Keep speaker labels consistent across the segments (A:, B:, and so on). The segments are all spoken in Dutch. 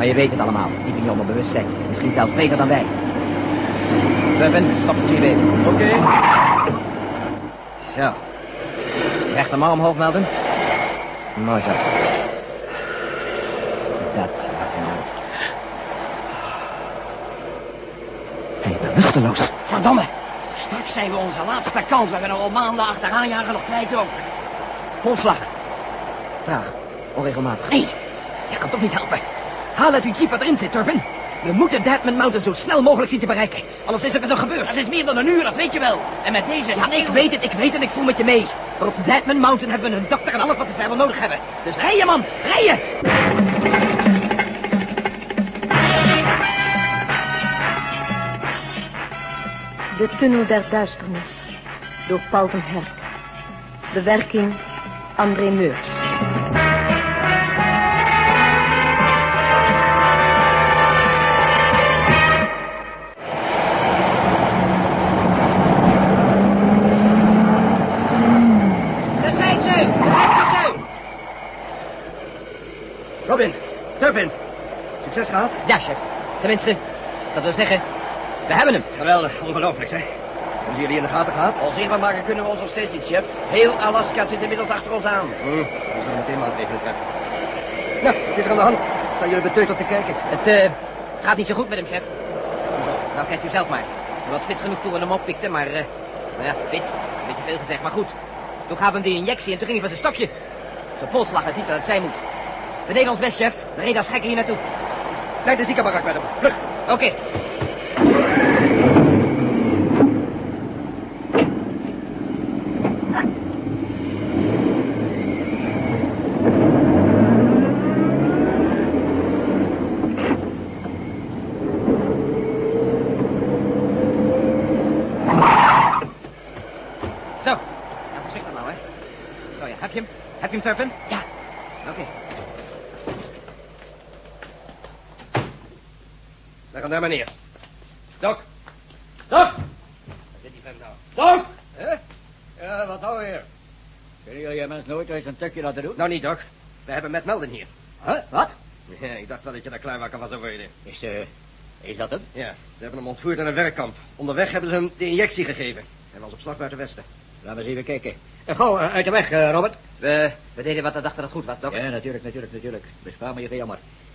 A: je weet het allemaal. Diep in je onderbewustzijn. Misschien zelfs beter dan wij. Turpin, stop het hier weer.
B: Oké.
A: Zo. Rechtermouw omhoog melden. Mooi zo. Dat was hem. Hij is bewusteloos.
C: Verdomme. Straks zijn we onze laatste kans. We hebben er al maanden achteraan jagen nog kwijt ook. Polsslag.
A: Traag. Onregelmatig.
C: Nee, je kan toch niet helpen. Haal uit die jeep wat erin zit, Turpin. We moeten Deadman Mountain zo snel mogelijk zien te bereiken. Anders is het met hem gebeurd. Dat is meer dan een uur, dat weet je wel. En met deze sneeuw... Ik weet het en ik voel met je mee. Maar op Deadman Mountain hebben we een dokter en alles wat we verder nodig hebben. Dus rijden, man, rijden!
D: De Tunnel der Duisternis, door Paul van Herk. Bewerking André Meurs.
C: Daar zijn ze! Daar zijn ze!
B: Robin, Turpin. Succes gehad?
A: Ja, chef. Tenminste, dat wil zeggen, we hebben hem.
B: Geweldig, ongelooflijk, zeg. Hebben jullie in de gaten gehad?
C: Onzichtbaar maken kunnen we ons nog steeds niet, chef. Heel Alaska zit inmiddels achter ons aan.
B: We zullen meteen maatregelen treffen. Nou, wat is er aan de hand? Staan jullie beteuterd te kijken?
A: Het gaat niet zo goed met hem, chef. Nou, kijkt u zelf maar. Hij was fit genoeg toen we hem oppikten, maar... nou ja, fit. Een beetje veel gezegd, maar goed. Toen gaven we hem die injectie en toen ging hij van zijn stokje. Zijn polsslag is niet dat het zijn moet. We deden ons best, chef. We reden als gekken hier naartoe.
B: Leid de ziekenbarak met hem. Vlug.
A: Oké. Zo. Nou, voorzichtig nou, hè. Zo ja, heb je hem? Heb je hem, Turpin? Ja. Oké.
B: Leg hem daar maar neer. Doc! Doc! Waar zit die vent nou? Doc!
E: Hè? Ja, wat nou weer? Kunnen jullie mensen nooit eens een tukje laten doen?
B: Nou niet, Doc. We hebben Matt Melden hier.
E: Huh? Wat?
B: Ja, ik dacht wel dat je daar klaar wakker van zou worden.
E: Is dat hem?
B: Ja, ze hebben hem ontvoerd aan een werkkamp. Onderweg hebben ze hem de injectie gegeven. Hij was op slag buiten Westen.
E: Laten we eens even kijken. Gauw, uit de weg, Robert.
A: We deden wat we dachten dat goed was, dokter.
E: Ja, natuurlijk. Bespaar me je jammer.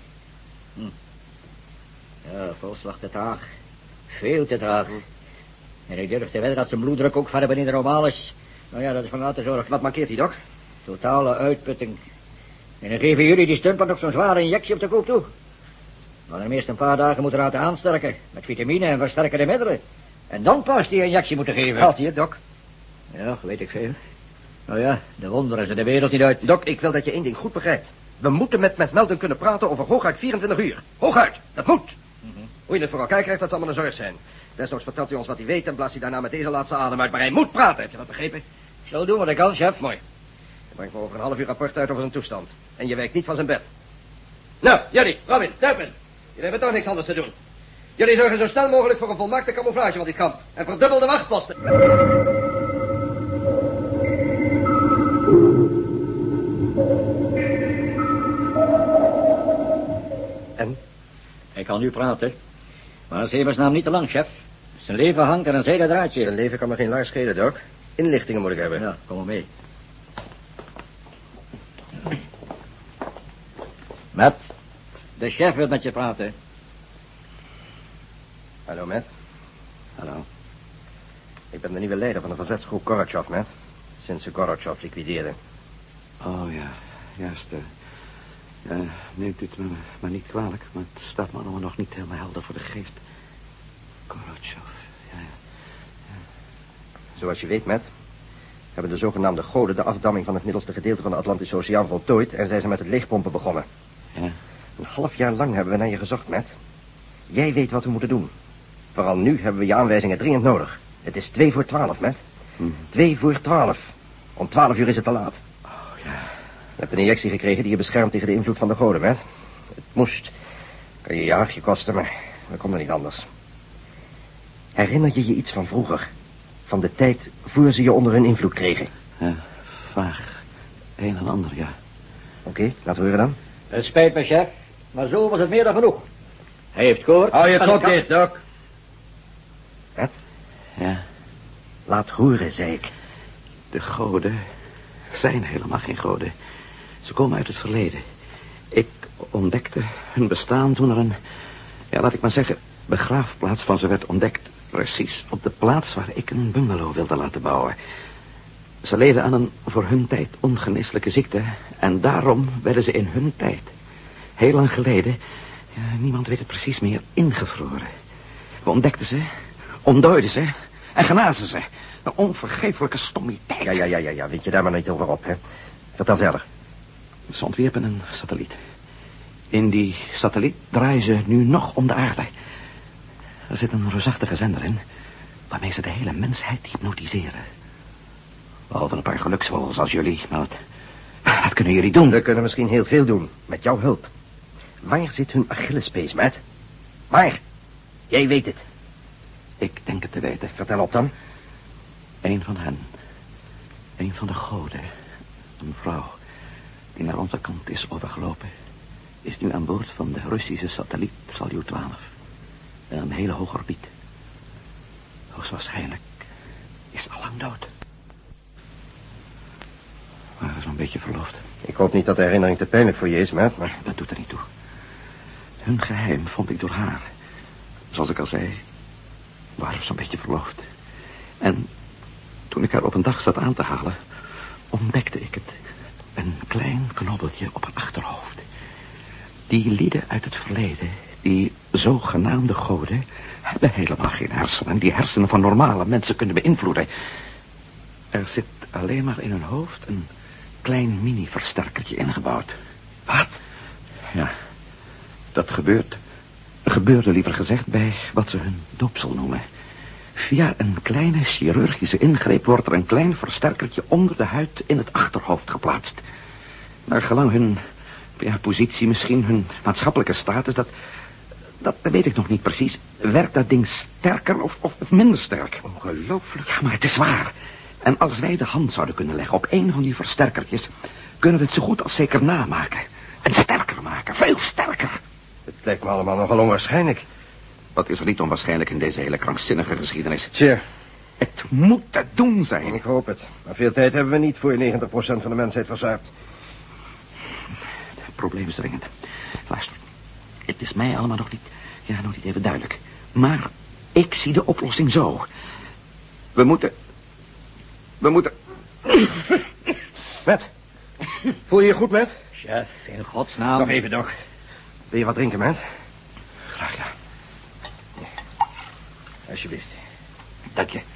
E: Ja, volslag te traag. Veel te traag. En ik durf te wedden dat zijn bloeddruk ook verder beneden normaal is. Nou ja, dat is van later zorg.
B: Wat mankeert hij, Doc?
E: Totale uitputting. En dan geven jullie die stuntman nog zo'n zware injectie op de koop toe. Maar hem eerst een paar dagen moeten laten aansterken. Met vitamine en versterkende middelen. En dan pas die injectie moeten geven.
B: Haalt hij het, Doc?
E: Ja, weet ik veel. Nou ja, de wonderen zijn de wereld niet uit.
B: Doc, ik wil dat je één ding goed begrijpt. We moeten met Melden kunnen praten over hooguit 24 uur. Hooguit, dat moet. Hoe je het voor elkaar krijgt, dat zal maar een zorg zijn. Desnoods vertelt hij ons wat hij weet en blaast hij daarna met deze laatste adem uit. Maar hij moet praten, heb je dat begrepen?
E: Ik zal doen wat ik kan, chef.
B: Mooi. Ik breng me over een half uur rapport uit over zijn toestand. En je wijkt niet van zijn bed. Nou, jullie, Robin, Turpin. Jullie hebben toch niks anders te doen. Jullie zorgen zo snel mogelijk voor een volmaakte camouflage van dit kamp. En verdubbel de wachtposten. En?
E: Hij kan nu praten. Maar hemelsnaam niet te lang, chef. Zijn leven hangt aan een zijden draadje.
B: Zijn leven kan me geen laars schelen, Doc. Inlichtingen moet ik hebben.
E: Ja, kom maar mee. Matt, de chef wil met je praten.
B: Hallo, Matt.
E: Hallo.
B: Ik ben de nieuwe leider van de verzetsgroep Gorotjov, Matt. Sinds ze Gorotjov liquideerden.
F: Oh ja, juist. Neemt u het me maar niet kwalijk, maar het staat me allemaal nog niet helemaal helder voor de geest. Gorotjov, ja.
B: Zoals je weet, Matt, hebben de zogenaamde goden de afdamming van het middelste gedeelte van de Atlantische Oceaan voltooid en zijn ze met het leegpompen begonnen.
F: Ja.
B: Een half jaar lang hebben we naar je gezocht, Matt. Jij weet wat we moeten doen. Vooral nu hebben we je aanwijzingen dringend nodig. Het is 2:12, Matt. 2:12. Om 12 uur is het te laat.
F: Oh, ja.
B: Je hebt een injectie gekregen die je beschermt tegen de invloed van de goden, Matt. Het moest. Kan je je hartje kosten, maar we konden niet anders. Herinner je je iets van vroeger? Van de tijd voor ze je onder hun invloed kregen?
F: Ja, vaag. Een en ander, ja.
B: Oké, laten we horen dan.
E: Het spijt me, chef. Maar zo was het meer dan genoeg. Hij heeft koorts.
B: Hou je kop dicht, Doc. Wat?
F: Ja,
B: Laat horen, zei ik.
F: de goden zijn helemaal geen goden. Ze komen uit het verleden. Ik ontdekte hun bestaan toen er een, ja, laat ik maar zeggen, begraafplaats van ze werd ontdekt. Precies op de plaats waar ik een bungalow wilde laten bouwen. Ze leden aan een voor hun tijd ongeneeslijke ziekte. En daarom werden ze in hun tijd, heel lang geleden, ja, niemand weet het precies meer, ingevroren. We ontdekten ze, ontdooiden ze en genazen ze. Een onvergeeflijke stommiteit.
B: Ja, weet je daar maar niet over op, hè. Vertel verder.
F: Ze ontwierpen een satelliet. In die satelliet draaien ze nu nog om de aarde. Er zit een reusachtige zender in, waarmee ze de hele mensheid hypnotiseren. Behalve een paar geluksvogels als jullie, maar wat kunnen jullie doen?
B: We kunnen misschien heel veel doen, met jouw hulp. Waar zit hun Achillespees, Matt? Waar? Jij weet het.
F: Ik denk het te weten.
B: Vertel op dan.
F: Een van hen, een van de goden, een vrouw die naar onze kant is overgelopen, is nu aan boord van de Russische satelliet Salyut 12. In een hele hoge orbiet. Hoogstwaarschijnlijk is allang dood. Maar we zijn een beetje verloofd.
B: Ik hoop niet dat de herinnering te pijnlijk voor je is, Matt, maar...
F: Dat doet er niet toe. Hun geheim vond ik door haar. Zoals ik al zei, waren we zo'n beetje verloofd. En toen ik haar op een dag zat aan te halen, ontdekte ik het. Een klein knobbeltje op haar achterhoofd. Die lieden uit het verleden, die zogenaamde goden, hebben helemaal geen hersenen. Die hersenen van normale mensen kunnen beïnvloeden. Er zit alleen maar in hun hoofd een klein mini-versterkertje ingebouwd.
B: Wat?
F: Ja, dat gebeurde liever gezegd bij wat ze hun doopsel noemen. Via een kleine chirurgische ingreep wordt er een klein versterkertje onder de huid in het achterhoofd geplaatst. Naar gelang hun positie, misschien hun maatschappelijke status, dat weet ik nog niet precies. Werkt dat ding sterker of minder sterk?
B: Ongelooflijk.
F: Ja, maar het is waar. En als wij de hand zouden kunnen leggen op een van die versterkertjes, kunnen we het zo goed als zeker namaken. En sterker maken, veel sterker.
B: Het lijkt me allemaal nogal onwaarschijnlijk.
F: Wat is er niet onwaarschijnlijk in deze hele krankzinnige geschiedenis?
B: Tja.
F: Het moet te doen zijn.
B: Ik hoop het. Maar veel tijd hebben we niet voor je 90% van de mensheid verzuipt.
F: Het probleem is dringend. Luister, het is mij allemaal nog niet even duidelijk. Maar ik zie de oplossing zo. We moeten...
B: Matt, voel je je goed, Matt?
E: Chef, in godsnaam.
B: Nog even, Doc. Wil je wat drinken, Matt?
F: Graag, ja.
B: Alsjeblieft.
F: Dank je.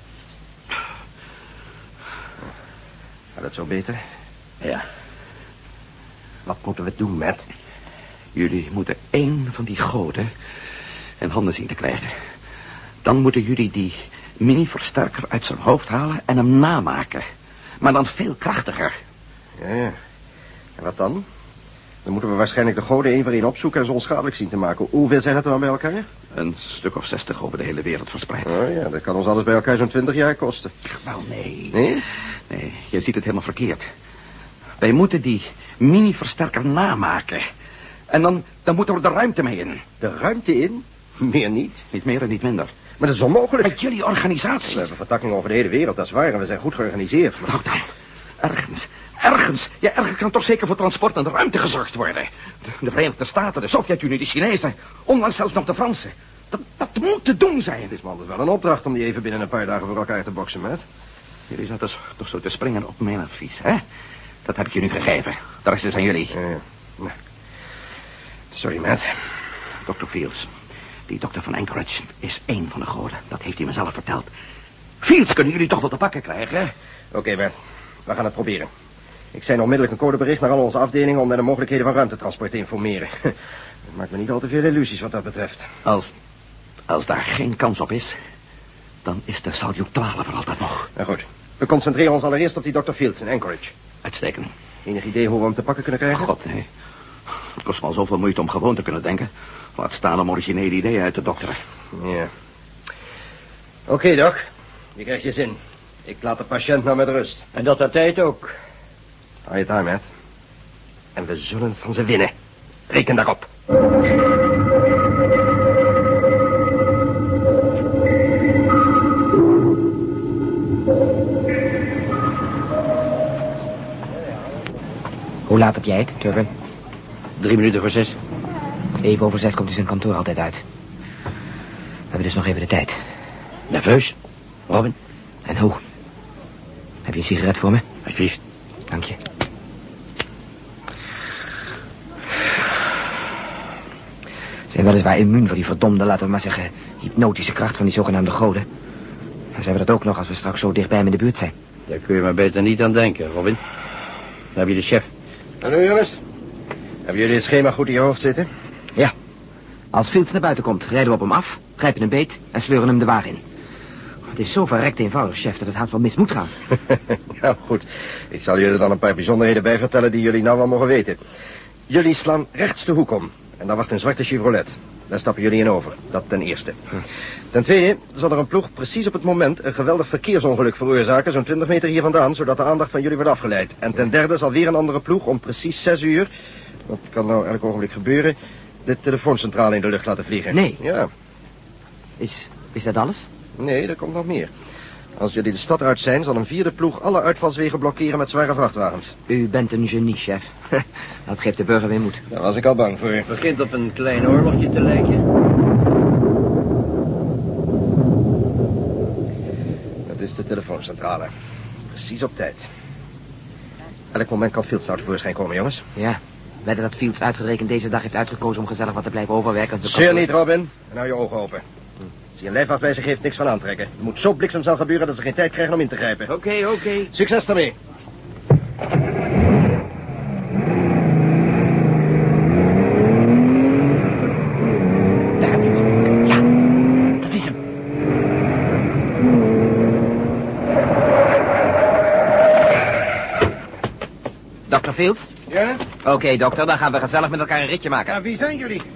B: Gaat het zo beter?
F: Ja.
B: Wat moeten we doen, Matt?
F: Jullie moeten één van die goden in handen zien te krijgen. Dan moeten jullie die mini-versterker uit zijn hoofd halen en hem namaken. Maar dan veel krachtiger.
B: Ja. En wat dan? Dan moeten we waarschijnlijk de goden één voor één opzoeken en ze onschadelijk zien te maken. Hoeveel zijn het er dan bij elkaar?
F: Een stuk of 60 over de hele wereld verspreid.
B: Oh ja, dat kan ons alles bij elkaar zo'n 20 jaar kosten.
F: Wel, nee.
B: Nee?
F: Nee, je ziet het helemaal verkeerd. Wij moeten die mini-versterker namaken. En dan moeten we er de ruimte mee in.
B: De ruimte in? Meer niet.
F: Niet meer en niet minder.
B: Maar dat is onmogelijk.
F: Met jullie organisatie.
B: We hebben vertakking over de hele wereld, dat is waar. En we zijn goed georganiseerd. Maar...
F: Nou dan, ergens. Ja, ergens kan toch zeker voor transport en de ruimte gezorgd worden. De Verenigde Staten, de Sovjet-Unie, de Chinezen. Onlangs zelfs nog de Fransen. Dat moet te doen zijn.
B: Het is me anders wel een opdracht om die even binnen een paar dagen voor elkaar te boksen, Matt.
F: Jullie zaten toch zo te springen op mijn advies, hè? Dat heb ik je nu gegeven. De rest is aan jullie.
B: Nou. Sorry, Matt.
F: Dr. Fields, die dokter van Anchorage, is één van de goden. Dat heeft hij me zelf verteld. Fields kunnen jullie toch wel te pakken krijgen, hè?
B: Oké, Matt. We gaan het proberen. Ik zend onmiddellijk een codebericht naar al onze afdelingen om naar de mogelijkheden van ruimtetransport te informeren. Het maakt me niet al te veel illusies wat dat betreft.
F: Als daar geen kans op is, dan is de Salyut 12 er altijd nog.
B: Nou goed. We concentreren ons allereerst op die Dr. Fields in Anchorage.
F: Uitstekend.
B: Enig idee hoe we hem te pakken kunnen krijgen?
F: God, nee. Het kost me al zoveel moeite om gewoon te kunnen denken. Laat staan om originele ideeën uit te dokteren.
B: Ja. Oké, Doc. Je krijgt je zin. Ik laat de patiënt nou met rust.
E: En dat de tijd ook.
B: Hou je time, Matt. En we zullen het van ze winnen. Reken daarop.
C: Hoe laat heb jij het, Turpin?
E: 3 minuten voor 6.
C: Even over 6 komt hij zijn kantoor altijd uit. We hebben dus nog even de tijd.
E: Nerveus? Robin?
C: En hoe? Heb je een sigaret voor me?
E: Alsjeblieft.
C: Dank je. Zijn weliswaar immuun voor die verdomde, laten we maar zeggen, hypnotische kracht van die zogenaamde goden. En zijn we dat ook nog als we straks zo dichtbij hem in de buurt zijn.
E: Daar kun je maar beter niet aan denken, Robin. Dan heb je de chef.
B: Hallo jongens. Hebben jullie het schema goed in je hoofd zitten?
C: Ja. Als Fields naar buiten komt, rijden we op hem af, grijpen hem beet en sleuren hem de wagen in. Het is zo verrekt eenvoudig, chef, dat het haast wel mis moet gaan.
B: Ja, goed. Ik zal jullie dan een paar bijzonderheden bij vertellen die jullie nou wel mogen weten. Jullie slaan rechts de hoek om. En daar wacht een zwarte Chevrolet. Daar stappen jullie in over. Dat ten eerste. Ten tweede zal er een ploeg precies op het moment een geweldig verkeersongeluk veroorzaken, zo'n 20 meter hier vandaan, zodat de aandacht van jullie wordt afgeleid. En ten derde zal weer een andere ploeg om precies 6 uur, dat kan nou elk ogenblik gebeuren, de telefooncentrale in de lucht laten vliegen.
C: Nee.
B: Ja.
C: Is dat alles?
B: Nee, er komt nog meer. Als jullie de stad uit zijn, zal een vierde ploeg alle uitvalswegen blokkeren met zware vrachtwagens.
C: U bent een genie, chef. Dat geeft de burger weer moed.
B: Daar was ik al bang voor.
E: Het begint op een klein oorlogje te lijken.
B: Dat is de telefooncentrale. Precies op tijd. Elk moment kan Fields nou tevoorschijn komen, jongens.
C: Ja, wedden dat Fields uitgerekend deze dag heeft uitgekozen om gezellig wat te blijven overwerken.
B: Zeer niet, Robin. En hou je ogen open. Als hij een lijfwacht bij zich heeft, niks van aantrekken. Er moet zo bliksemsnel gebeuren dat ze geen tijd krijgen om in te grijpen.
E: Oké.
B: Succes daarmee.
C: Daar heb je hem. Ja, dat is hem. Dr. Fields?
B: Ja?
C: Oké, dokter, dan gaan we gezellig met elkaar een ritje maken.
B: Ja, wie zijn jullie?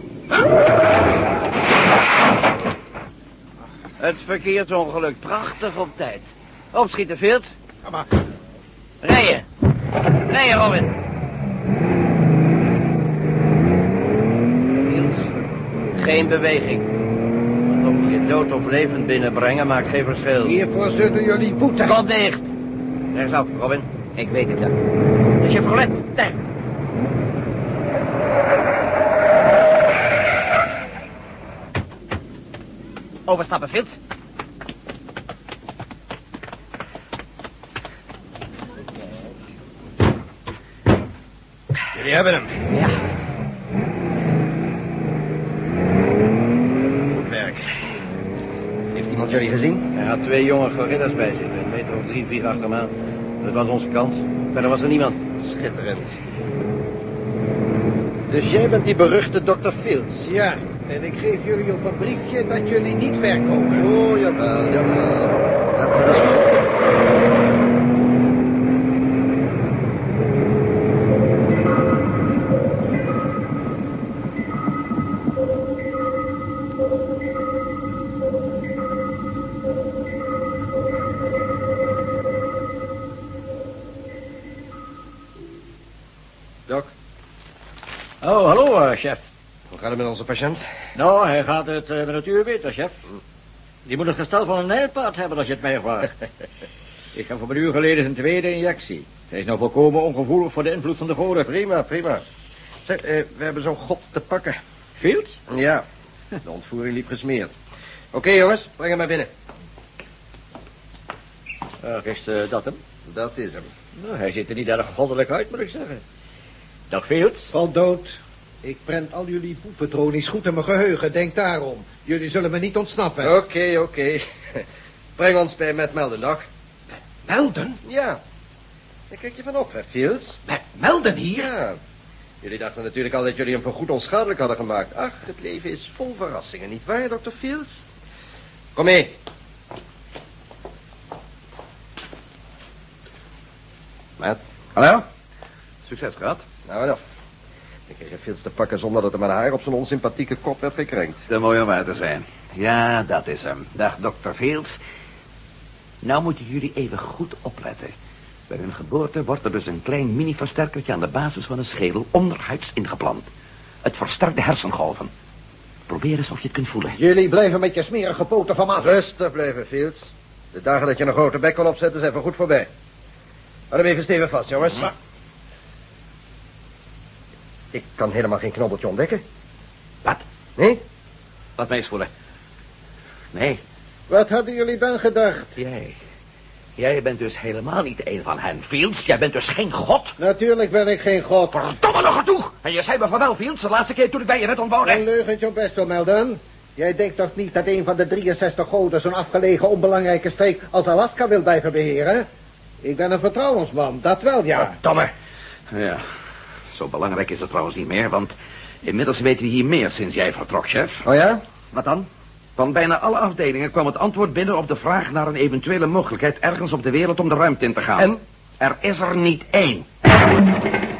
E: Het verkeersongeluk, prachtig op tijd. Opschieten, Fields.
B: Ga maar.
E: Rijden, Robin. Fields, geen beweging. Of je dood of levend binnenbrengen maakt geen verschil.
B: Hiervoor zullen jullie boeten.
E: Kop dicht. Rechtsaf, Robin.
C: Ik weet het, ja.
E: De Chevrolet, daar.
C: Overstappen, Fields.
B: Jullie hebben hem.
C: Ja.
B: Goed werk. Heeft iemand jullie gezien?
E: Hij had 2 jonge gorillas bij zich. Een meter of 3, 4 achter hem aan. Dat was onze kans. Verder was er niemand.
B: Schitterend. Dus jij bent die beruchte Dr. Fields?
G: Ja, en ik geef jullie op een briefje dat jullie niet verkopen.
B: Oh, jawel. Dat is goed. Doc,
E: Oh, hallo, chef.
B: hoe gaat het met onze patiënt?
E: Nou, hij gaat het met het uur beter, chef. Die moet het gestel van een nijlpaard hebben, als je het mij vraagt. Ik heb een uur geleden zijn tweede injectie. Hij is nou volkomen ongevoelig voor de invloed van de goden.
B: Prima. Zeg, we hebben zo'n god te pakken.
E: Fields?
B: Ja, de ontvoering liep gesmeerd. Oké, jongens, breng hem maar binnen.
E: Is dat hem?
B: Dat is hem.
E: Nou, hij ziet er niet erg goddelijk uit, moet ik zeggen. Dag, Fields.
G: Val dood. Ik prent al jullie poepatronies goed in mijn geheugen, denk daarom. Jullie zullen me niet ontsnappen.
B: Oké. Breng ons bij Matt Melden, Doc.
G: Melden?
B: Ja. Daar kijk je van op, hè, Fields?
G: Melden hier?
B: Ja. Jullie dachten natuurlijk al dat jullie hem voorgoed onschadelijk hadden gemaakt. Ach, het leven is vol verrassingen, nietwaar, Dr. Fields? Kom mee. Matt?
F: Hallo? Succes gehad.
B: Nou. Ik kreeg Fields te pakken zonder dat er mijn haar op zijn onsympathieke kop werd gekrenkt.
F: Te mooi om waar te zijn. Ja, dat is hem. Dag, Dr. Fields. Nou moeten jullie even goed opletten. Bij hun geboorte wordt er dus een klein mini-versterkertje aan de basis van een schedel onderhuids ingeplant. Het versterkt de hersengolven. Probeer eens of je het kunt voelen.
G: Jullie blijven met je smerige poten van me af.
B: Rustig blijven, Fields. De dagen dat je een grote bek kon opzetten zijn voor goed voorbij. Hou hem even stevig vast, jongens.
F: Ja.
B: Ik kan helemaal geen knobbeltje ontdekken.
F: Wat?
B: Nee?
F: Laat mij eens voelen. Nee,
G: Wat hadden jullie dan gedacht?
F: jij bent dus helemaal niet een van hen, Fields. Jij bent dus geen god.
G: Natuurlijk ben ik geen god.
F: Verdomme nog ertoe! En je zei me van wel, Fields, de laatste keer toen ik bij je werd ontboden.
G: Een leugentje op best wel, Melden. Jij denkt toch niet dat een van de 63 goden zo'n afgelegen onbelangrijke streek als Alaska wil blijven beheren? Ik ben een vertrouwensman, dat wel, ja.
F: Verdomme. Ja, zo belangrijk is het trouwens niet meer, want inmiddels weten we hier meer sinds jij vertrok, chef.
B: Oh ja? Wat dan?
F: Van bijna alle afdelingen kwam het antwoord binnen op de vraag naar een eventuele mogelijkheid ergens op de wereld om de ruimte in te gaan.
B: En?
F: Er is er niet één.